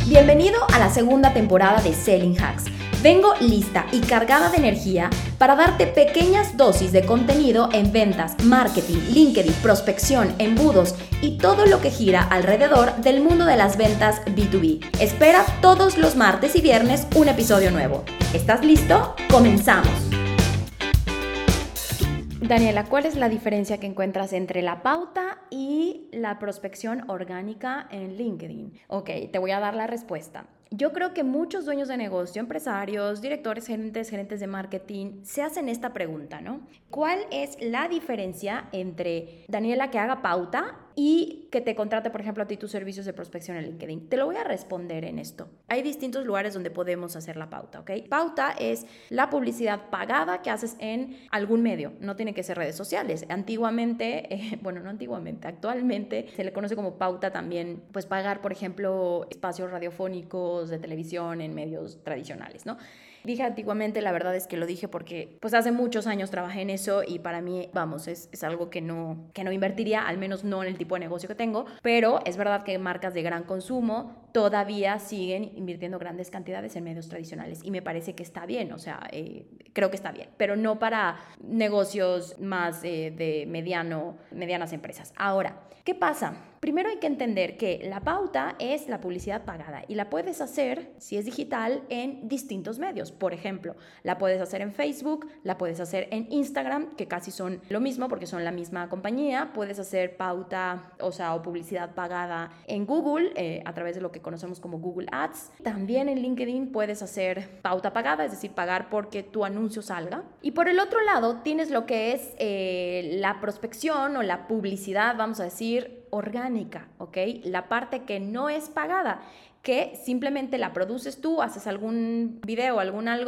Bienvenido a la segunda temporada de Selling Hacks. Vengo lista y cargada de energía para darte pequeñas dosis de contenido en ventas, marketing, LinkedIn, prospección, embudos y todo lo que gira alrededor del mundo de las ventas B2B. Espera todos los martes y viernes un episodio nuevo. ¿Estás listo? ¡Comenzamos! Daniela, ¿cuál es la diferencia que encuentras entre la pauta y la prospección orgánica en LinkedIn? Ok, te voy a dar la respuesta. Yo creo que muchos dueños de negocio, empresarios, directores, gerentes de marketing, se hacen esta pregunta, ¿no? ¿Cuál es la diferencia entre Daniela que haga pauta y que te contrate, por ejemplo, a ti tus servicios de prospección en LinkedIn? Te lo voy a responder en esto. Hay distintos lugares donde podemos hacer la pauta, ¿ok? Pauta es la publicidad pagada que haces en algún medio. No tiene que ser redes sociales. Antiguamente, actualmente se le conoce como pauta también, pues pagar, por ejemplo, espacios radiofónicos de televisión en medios tradicionales, ¿no? Dije antiguamente, la verdad es que lo dije porque pues hace muchos años trabajé en eso y para mí, vamos, es algo que no invertiría, al menos no en el tipo de negocio que tengo, pero es verdad que marcas de gran consumo todavía siguen invirtiendo grandes cantidades en medios tradicionales y me parece que está bien, o sea, creo que está bien, pero no para negocios más de medianas empresas. Ahora, ¿qué pasa? Primero hay que entender que la pauta es la publicidad pagada y la puedes hacer, si es digital, en distintos medios. Por ejemplo, la puedes hacer en Facebook, la puedes hacer en Instagram, que casi son lo mismo porque son la misma compañía. Puedes hacer pauta, o publicidad pagada en Google, a través de lo que conocemos como Google Ads. También en LinkedIn puedes hacer pauta pagada, es decir, pagar porque tu anuncio salga. Y por el otro lado tienes lo que es la prospección o la publicidad, vamos a decir, orgánica, ¿ok? La parte que no es pagada, que simplemente la produces tú, haces algún video,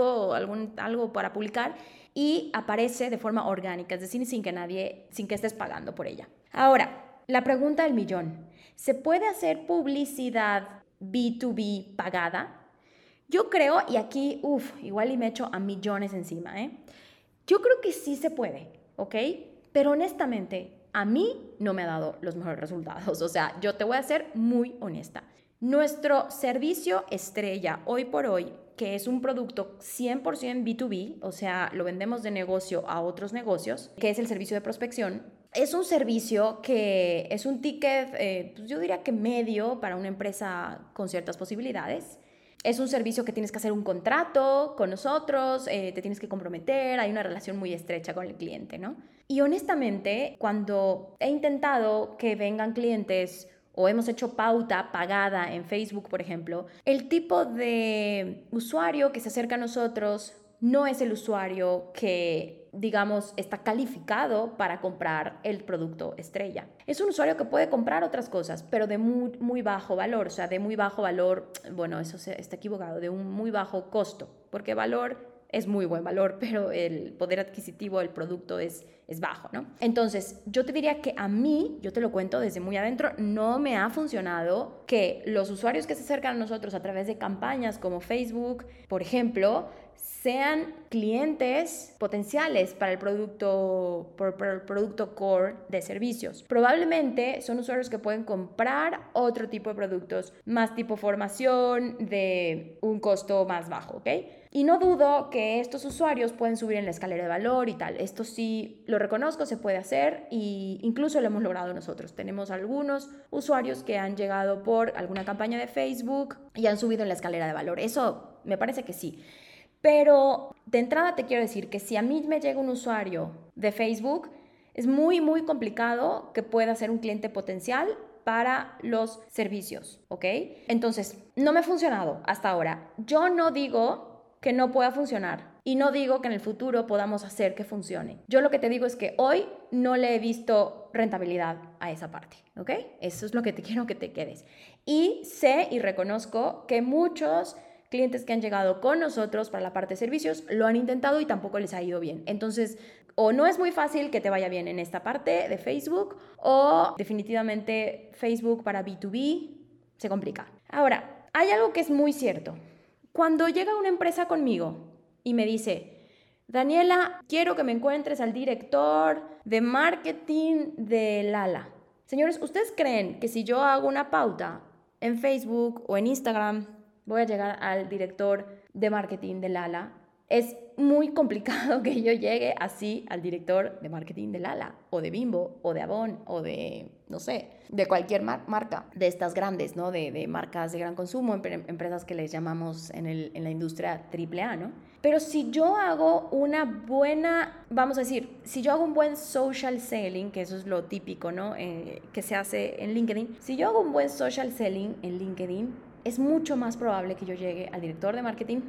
algo para publicar y aparece de forma orgánica, es decir, sin que estés pagando por ella. Ahora, la pregunta del millón, ¿se puede hacer publicidad B2B pagada? Yo creo, y aquí, igual y me echo a millones encima, yo creo que sí se puede, ¿ok? Pero honestamente, a mí no me ha dado los mejores resultados. O sea, yo te voy a ser muy honesta. Nuestro servicio estrella hoy por hoy, que es un producto 100% B2B, o sea, lo vendemos de negocio a otros negocios, que es el servicio de prospección, es un servicio que es un ticket, pues yo diría que medio para una empresa con ciertas posibilidades. Es un servicio que tienes que hacer un contrato con nosotros, te tienes que comprometer, hay una relación muy estrecha con el cliente, ¿no? Y honestamente, cuando he intentado que vengan clientes o hemos hecho pauta pagada en Facebook, por ejemplo, el tipo de usuario que se acerca a nosotros no es el usuario que, digamos, está calificado para comprar el producto estrella. Es un usuario que puede comprar otras cosas, pero de muy, muy bajo valor, o sea, de muy bajo valor, bueno, eso está equivocado, de un muy bajo costo, porque valor es muy buen valor, pero el poder adquisitivo del producto es bajo, ¿no? Entonces, yo te diría que a mí, yo te lo cuento desde muy adentro, no me ha funcionado que los usuarios que se acercan a nosotros a través de campañas como Facebook, por ejemplo, sean clientes potenciales para el producto core de servicios. Probablemente son usuarios que pueden comprar otro tipo de productos, más tipo formación, de un costo más bajo, ¿ok? Y no dudo que estos usuarios pueden subir en la escalera de valor y tal. Esto sí lo reconozco, se puede hacer e incluso lo hemos logrado nosotros. Tenemos algunos usuarios que han llegado por alguna campaña de Facebook y han subido en la escalera de valor. Eso me parece que sí. Pero de entrada te quiero decir que si a mí me llega un usuario de Facebook, es muy, muy complicado que pueda ser un cliente potencial para los servicios, ¿ok? Entonces, no me ha funcionado hasta ahora. Yo no digo que no pueda funcionar y no digo que en el futuro podamos hacer que funcione. Yo lo que te digo es que hoy no le he visto rentabilidad a esa parte, ¿ok? Eso es lo que te quiero que te quedes. Y sé y reconozco que muchos clientes que han llegado con nosotros para la parte de servicios lo han intentado y tampoco les ha ido bien. Entonces, o no es muy fácil que te vaya bien en esta parte de Facebook, o definitivamente Facebook para B2B se complica. Ahora, hay algo que es muy cierto. Cuando llega una empresa conmigo y me dice, Daniela, quiero que me encuentres al director de marketing de Lala. Señores, ¿ustedes creen que si yo hago una pauta en Facebook o en Instagram voy a llegar al director de marketing de Lala. Es muy complicado que yo llegue así al director de marketing de Lala o de Bimbo o de Avon o de, no sé, de cualquier marca de estas grandes, ¿no? De marcas de gran consumo, empresas que les llamamos en la industria AAA, ¿no? Pero si yo hago una buena, vamos a decir, si yo hago un buen social selling, que eso es lo típico, ¿no? Que se hace en LinkedIn, si yo hago un buen social selling en LinkedIn, es mucho más probable que yo llegue al director de marketing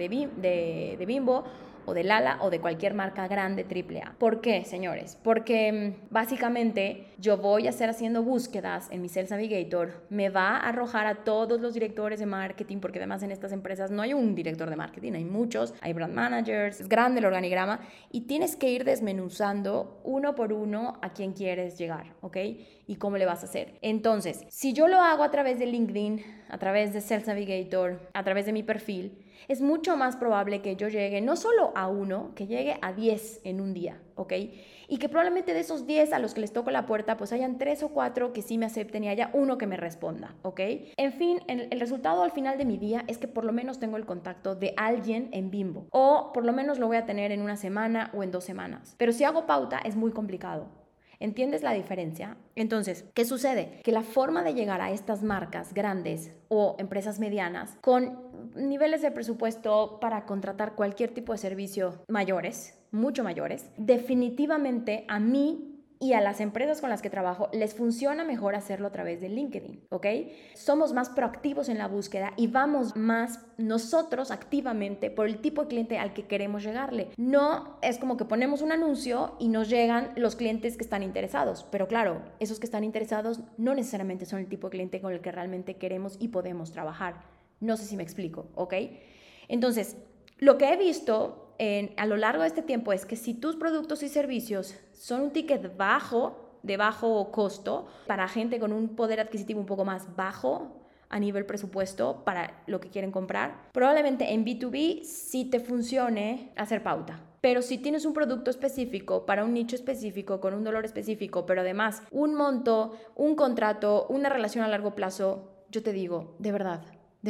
de Bimbo o de Lala o de cualquier marca grande AAA. ¿Por qué, señores? Porque básicamente yo voy a estar haciendo búsquedas en mi Sales Navigator, me va a arrojar a todos los directores de marketing, porque además en estas empresas no hay un director de marketing, hay muchos, hay brand managers, es grande el organigrama y tienes que ir desmenuzando uno por uno a quién quieres llegar, ¿ok? Y cómo le vas a hacer. Entonces, si yo lo hago a través de LinkedIn, a través de Sales Navigator, a través de mi perfil, es mucho más probable que yo llegue no solo a uno, que llegue a 10 en un día, ¿ok? Y que probablemente de esos 10 a los que les toco la puerta, pues hayan 3 o 4 que sí me acepten y haya uno que me responda, ¿ok? En fin, el resultado al final de mi día es que por lo menos tengo el contacto de alguien en Bimbo. O por lo menos lo voy a tener en una semana o en 2 semanas. Pero si hago pauta es muy complicado. ¿Entiendes la diferencia? Entonces, ¿qué sucede? Que la forma de llegar a estas marcas grandes o empresas medianas con niveles de presupuesto para contratar cualquier tipo de servicio mayores, mucho mayores, definitivamente a mí y a las empresas con las que trabajo les funciona mejor hacerlo a través de LinkedIn, ¿ok? Somos más proactivos en la búsqueda y vamos más nosotros activamente por el tipo de cliente al que queremos llegarle. No es como que ponemos un anuncio y nos llegan los clientes que están interesados, pero claro, esos que están interesados no necesariamente son el tipo de cliente con el que realmente queremos y podemos trabajar. No sé si me explico, ¿ok? Entonces, lo que he visto a lo largo de este tiempo es que si tus productos y servicios son un ticket bajo, de bajo costo, para gente con un poder adquisitivo un poco más bajo a nivel presupuesto para lo que quieren comprar, probablemente en B2B sí te funcione hacer pauta. Pero si tienes un producto específico para un nicho específico, con un dolor específico, pero además un monto, un contrato, una relación a largo plazo, yo te digo, de verdad,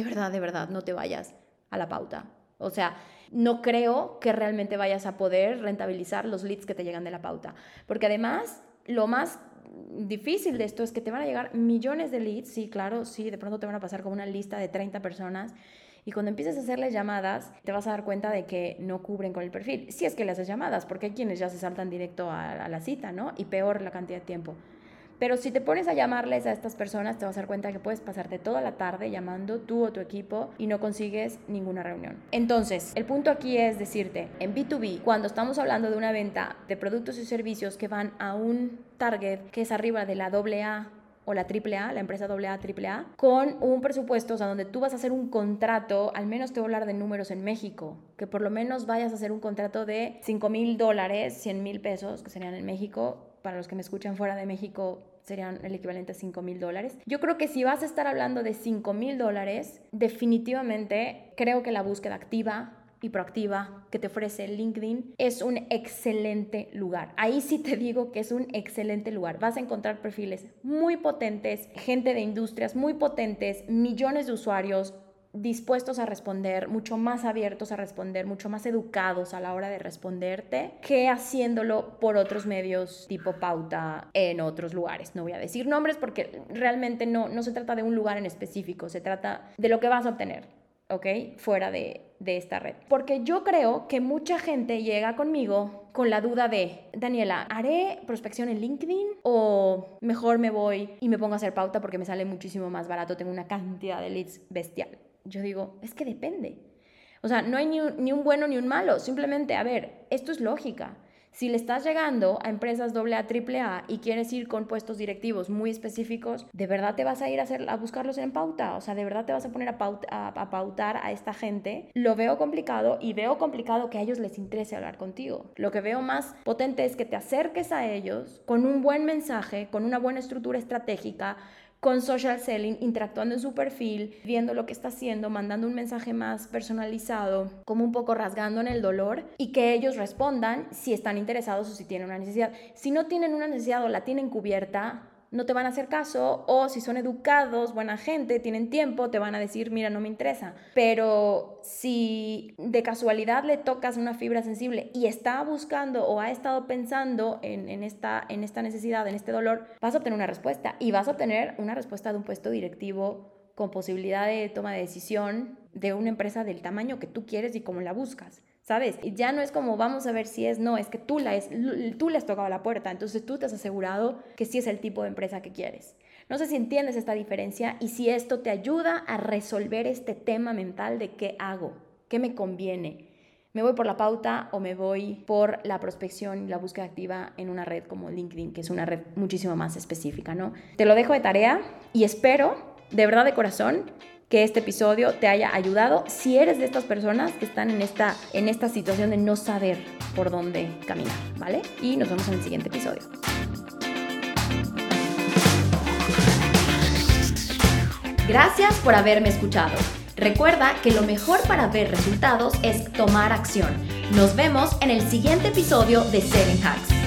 no te vayas a la pauta. O sea, no creo que realmente vayas a poder rentabilizar los leads que te llegan de la pauta. Porque además, lo más difícil de esto es que te van a llegar millones de leads. Sí, claro, sí, de pronto te van a pasar como una lista de 30 personas. Y cuando empieces a hacerles llamadas, te vas a dar cuenta de que no cubren con el perfil. Si es que le haces llamadas, porque hay quienes ya se saltan directo a la cita, ¿no? Y peor la cantidad de tiempo. Pero si te pones a llamarles a estas personas, te vas a dar cuenta que puedes pasarte toda la tarde llamando tú o tu equipo y no consigues ninguna reunión. Entonces, el punto aquí es decirte, en B2B, cuando estamos hablando de una venta de productos y servicios que van a un target que es arriba de la AA o la AAA, la empresa AA, AAA, con un presupuesto, o sea, donde tú vas a hacer un contrato, al menos te voy a hablar de números en México, que por lo menos vayas a hacer un contrato de $5,000, 100,000 pesos, que serían en México. Para los que me escuchan fuera de México, serían el equivalente a $5,000. Yo creo que si vas a estar hablando de $5,000, definitivamente creo que la búsqueda activa y proactiva que te ofrece LinkedIn es un excelente lugar. Ahí sí te digo que es un excelente lugar. Vas a encontrar perfiles muy potentes, gente de industrias muy potentes, millones de usuarios dispuestos a responder, mucho más abiertos a responder, mucho más educados a la hora de responderte que haciéndolo por otros medios tipo pauta en otros lugares. No voy a decir nombres porque realmente no se trata de un lugar en específico, se trata de lo que vas a obtener, ¿ok? Fuera de esta red. Porque yo creo que mucha gente llega conmigo con la duda de, Daniela, ¿haré prospección en LinkedIn o mejor me voy y me pongo a hacer pauta porque me sale muchísimo más barato, tengo una cantidad de leads bestial? Yo digo, es que depende. O sea, no hay ni un bueno ni un malo. Simplemente, a ver, esto es lógica. Si le estás llegando a empresas AA, AAA y quieres ir con puestos directivos muy específicos, ¿de verdad te vas a ir a buscarlos en pauta? O sea, ¿de verdad te vas a poner a pautar a esta gente? Lo veo complicado y veo complicado que a ellos les interese hablar contigo. Lo que veo más potente es que te acerques a ellos con un buen mensaje, con una buena estructura estratégica, con social selling, interactuando en su perfil, viendo lo que está haciendo, mandando un mensaje más personalizado, como un poco rasgando en el dolor y que ellos respondan si están interesados o si tienen una necesidad. Si no tienen una necesidad o la tienen cubierta, no te van a hacer caso, o si son educados, buena gente, tienen tiempo, te van a decir, mira, no me interesa. Pero si de casualidad le tocas una fibra sensible y está buscando o ha estado pensando en esta necesidad, en este dolor, vas a obtener una respuesta, y vas a obtener una respuesta de un puesto directivo con posibilidad de toma de decisión de una empresa del tamaño que tú quieres y como la buscas, ¿sabes? Y ya no es como vamos a ver si es, no, es que tú le has tocado la puerta, entonces tú te has asegurado que sí es el tipo de empresa que quieres. No sé si entiendes esta diferencia y si esto te ayuda a resolver este tema mental de qué hago, qué me conviene. ¿Me voy por la pauta o me voy por la prospección y la búsqueda activa en una red como LinkedIn, que es una red muchísimo más específica, ¿no? Te lo dejo de tarea y espero, de verdad de corazón, que este episodio te haya ayudado si eres de estas personas que están en esta situación de no saber por dónde caminar, ¿vale? Y nos vemos en el siguiente episodio. Gracias por haberme escuchado. Recuerda que lo mejor para ver resultados es tomar acción. Nos vemos en el siguiente episodio de Selling Hacks.